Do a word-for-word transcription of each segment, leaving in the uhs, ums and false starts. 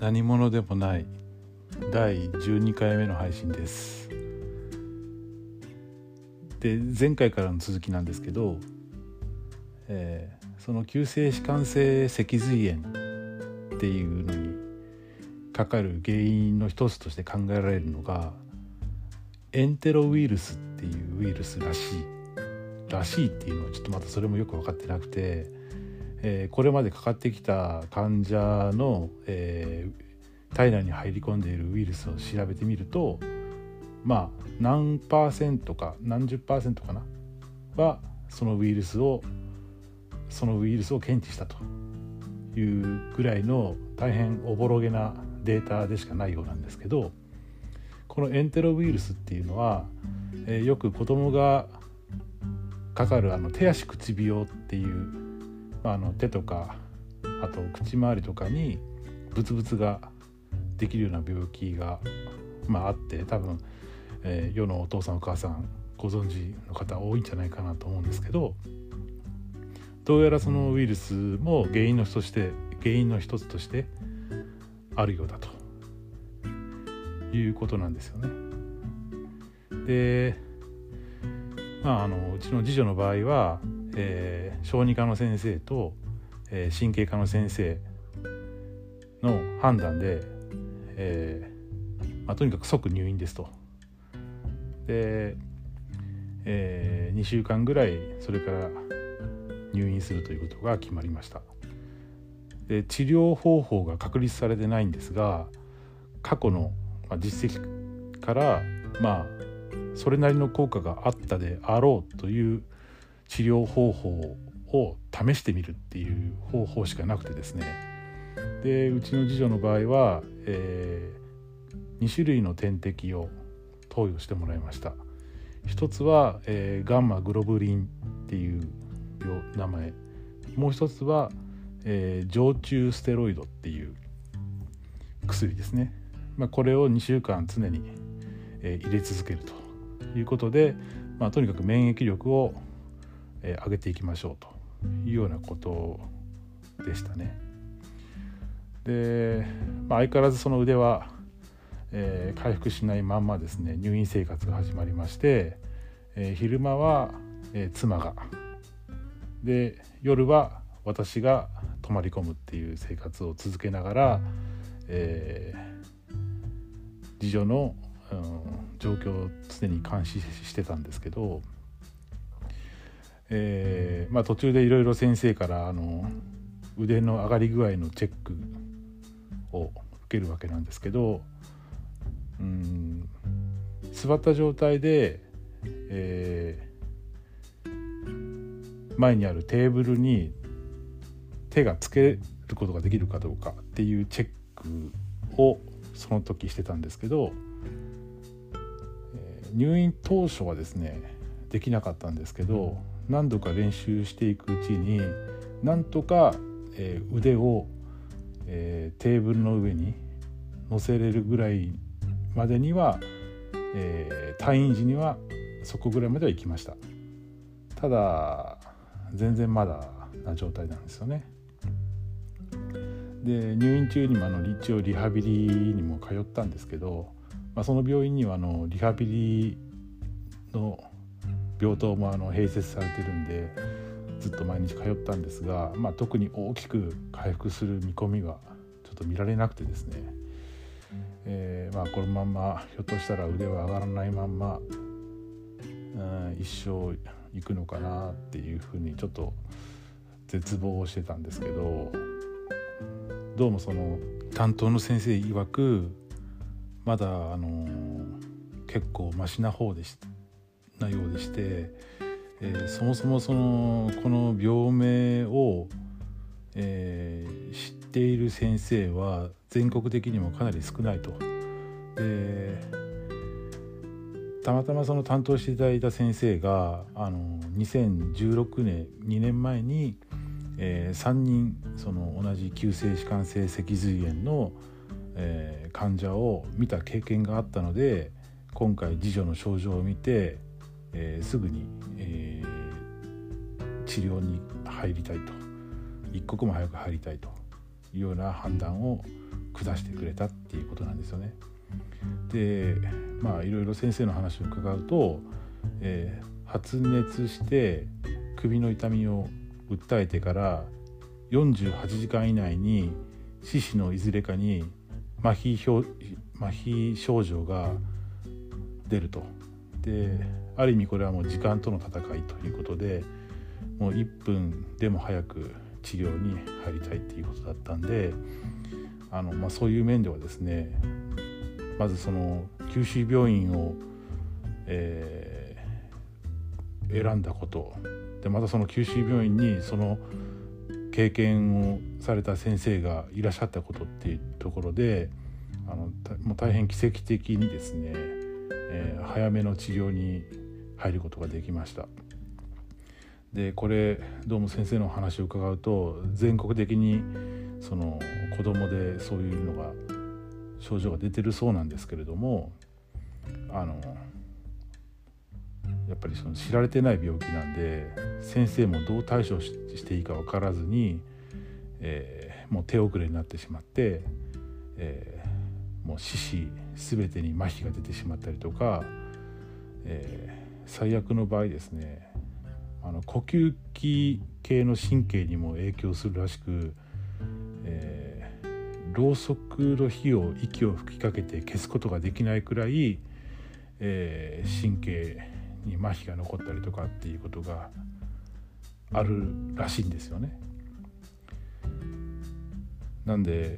何者でもないだいじゅうにかいめの配信です。で、前回からの続きなんですけど、えー、その急性弛緩性脊髄炎っていうのにかかる原因の一つとして考えられるのがエンテロウイルスっていうウイルスらしいらしいっていうのはちょっとまたそれもよく分かってなくて、えー、これまでかかってきた患者の、えー、体内に入り込んでいるウイルスを調べてみると、まあ何パーセントか何十パーセントかなはそのウイルスをそのウイルスを検知したというぐらいの大変おぼろげなデータでしかないようなんですけど、このエンテロウイルスっていうのは、えー、よく子供がかかるあの手足口病っていう、まあ、あの手とかあと口周りとかにブツブツができるような病気が、まあ、あって、多分、えー、世のお父さんお母さんご存知の方多いんじゃないかなと思うんですけど、どうやらそのウイルスも原因の一つとして原因の一つとしてあるようだということなんですよね。で、まあ、あのうちの次女の場合は、えー、小児科の先生と、えー、神経科の先生の判断で、えーまあ、とにかく即入院ですと。で、えー、にしゅうかんぐらいそれから入院するということが決まりました。で、治療方法が確立されてないんですが、過去の実績からまあそれなりの効果があったであろうという治療方法を試してみるっていう方法しかなくてですね。で、うちの次女の場合は、えー、にしゅるいの点滴を投与してもらいました。一つは、えー、ガンマグロブリンっていう名前、もう一つは、えー、常駐ステロイドっていう薬ですね。まあ、これをにしゅうかん常に、えー、入れ続けるということで、まあ、とにかく免疫力を、えー、上げていきましょうというようなことでしたね。で、まあ、相変わらずその腕は、えー、回復しないまんまですね、入院生活が始まりまして、えー、昼間は、えー、妻がで、夜は私が泊まり込むっていう生活を続けながら、えー、次女の、うん、状況を常に監視してたんですけど、えーまあ、途中でいろいろ先生からあの腕の上がり具合のチェックを受けるわけなんですけど、うん、座った状態で、えー、前にあるテーブルに手がつけることができるかどうかっていうチェックをその時してたんですけど、えー、入院当初はですねできなかったんですけど、何度か練習していくうちになんとか、えー、腕を、えー、テーブルの上に乗せれるぐらいまでには、えー、退院時にはそこぐらいまでは行きました。ただ全然まだな状態なんですよね。で、入院中にもあの一応リハビリにも通ったんですけど、まあ、その病院にはあのリハビリの病棟もあの併設されてるんでずっと毎日通ったんですが、まあ、特に大きく回復する見込みはちょっと見られなくてですね、えーまあ、このまんまひょっとしたら腕は上がらないまんま、うん、一生いくのかなっていうふうにちょっと絶望をしてたんですけど、どうもその担当の先生曰くまだあの結構マシな方でしたなようでして、えー、そもそもそのこの病名を、えー、知っている先生は全国的にもかなり少ないと。で、たまたまその担当していただいた先生があのにせんじゅうろくねんにねんまえに、えー、さんにんその同じ急性弛緩性脊髄炎の、えー、患者を見た経験があったので、今回次女の症状を見て、えー、すぐに、えー、治療に入りたいと、一刻も早く入りたいというような判断を下下してくれたっていうことなんですよね。でまあいろいろ先生の話を伺うと、えー、発熱して首の痛みを訴えてからよんじゅうはちじかん以内に四肢のいずれかに麻痺症、麻痺症状が出ると。である意味これはもう時間との戦いということで、もういっぷんでも早く治療に入りたいっていうことだったんで、あの、まあ、そういう面ではですね、まずその九州病院を、えー、選んだことで、またその九州病院にその経験をされた先生がいらっしゃったことっていうところで、あのもう大変奇跡的にですね、えー、早めの治療に入ることができました。でこれどうも先生の話を伺うと、全国的にその子供でそういうのが症状が出てるそうなんですけれども、あのやっぱりその知られてない病気なんで、先生もどう対処していいか分からずに、えー、もう手遅れになってしまって、えー、もう四肢全てに麻痺が出てしまったりとか、えー、最悪の場合ですね、あの呼吸器系の神経にも影響するらしく、えー、ろうそくの火を息を吹きかけて消すことができないくらい、えー、神経に麻痺が残ったりとかっていうことがあるらしいんですよね。なんで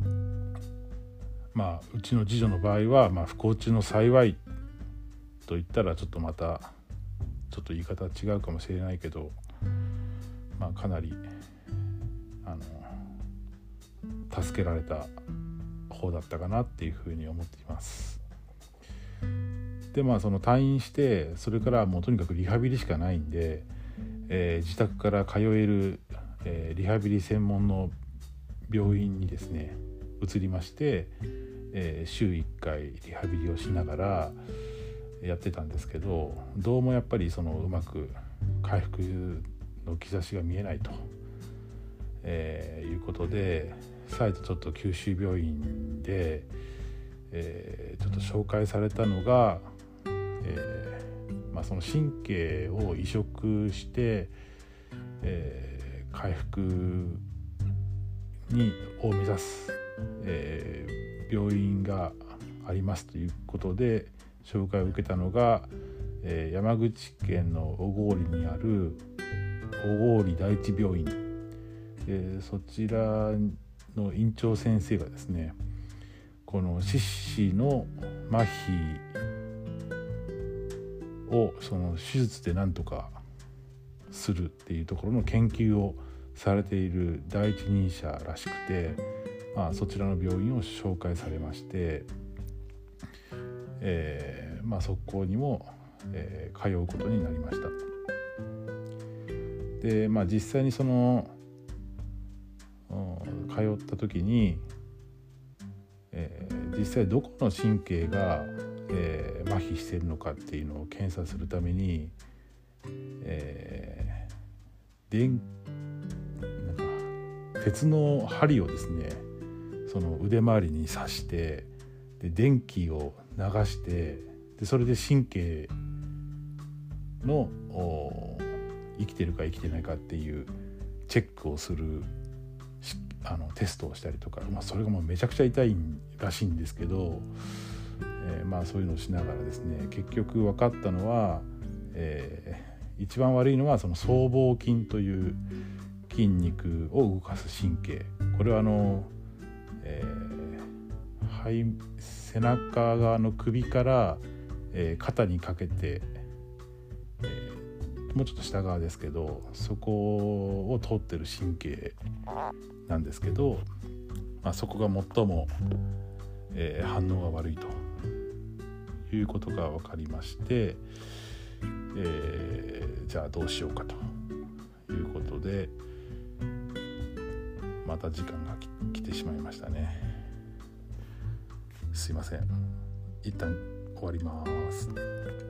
まあうちの次女の場合は、まあ、不幸中の幸いと言ったらちょっとまたちょっと言い方は違うかもしれないけど、まあ、かなりあの助けられた方だったかなっていうふうに思っています。でまあその退院してそれからもうとにかくリハビリしかないんで、えー、自宅から通える、えー、リハビリ専門の病院にですね移りまして、えー、週いっかいリハビリをしながらやってたんですけど、どうもやっぱりそのうまく回復の兆しが見えないと、えー、いうことで再度ちょっと九州病院で、えー、ちょっと紹介されたのが、えーまあ、その神経を移植して、えー、回復にを目指す、えー、病院がありますということで紹介を受けたのが、えー、山口県の小郡にある小郡第一病院、えー、そちらの院長先生がですね、この四肢の麻痺をその手術でなんとかするっていうところの研究をされている第一人者らしくて、まあ、そちらの病院を紹介されまして、えーまあ、そこにも、えー、通うことになりました。で、まあ、実際にその通った時に、えー、実際どこの神経が、えー、麻痺しているのかっていうのを検査するために、えー、電なんか鉄の針をですねその腕周りに刺してで電気を流してでそれで神経の生きてるか生きてないかっていうチェックをするあのテストをしたりとか、まあ、それがもうめちゃくちゃ痛いらしいんですけど、えー、まあそういうのをしながらですね結局分かったのは、えー、一番悪いのはその僧帽筋という筋肉を動かす神経、これはあの、えー、背中側の首から、えー、肩にかけて、えー、もうちょっと下側ですけどそこを通ってる神経なんですけど、まあ、そこが最も、えー、反応が悪いということが分かりまして、えー、じゃあどうしようかということでまた時間が来てしまいましたね。すいません、一旦終わります。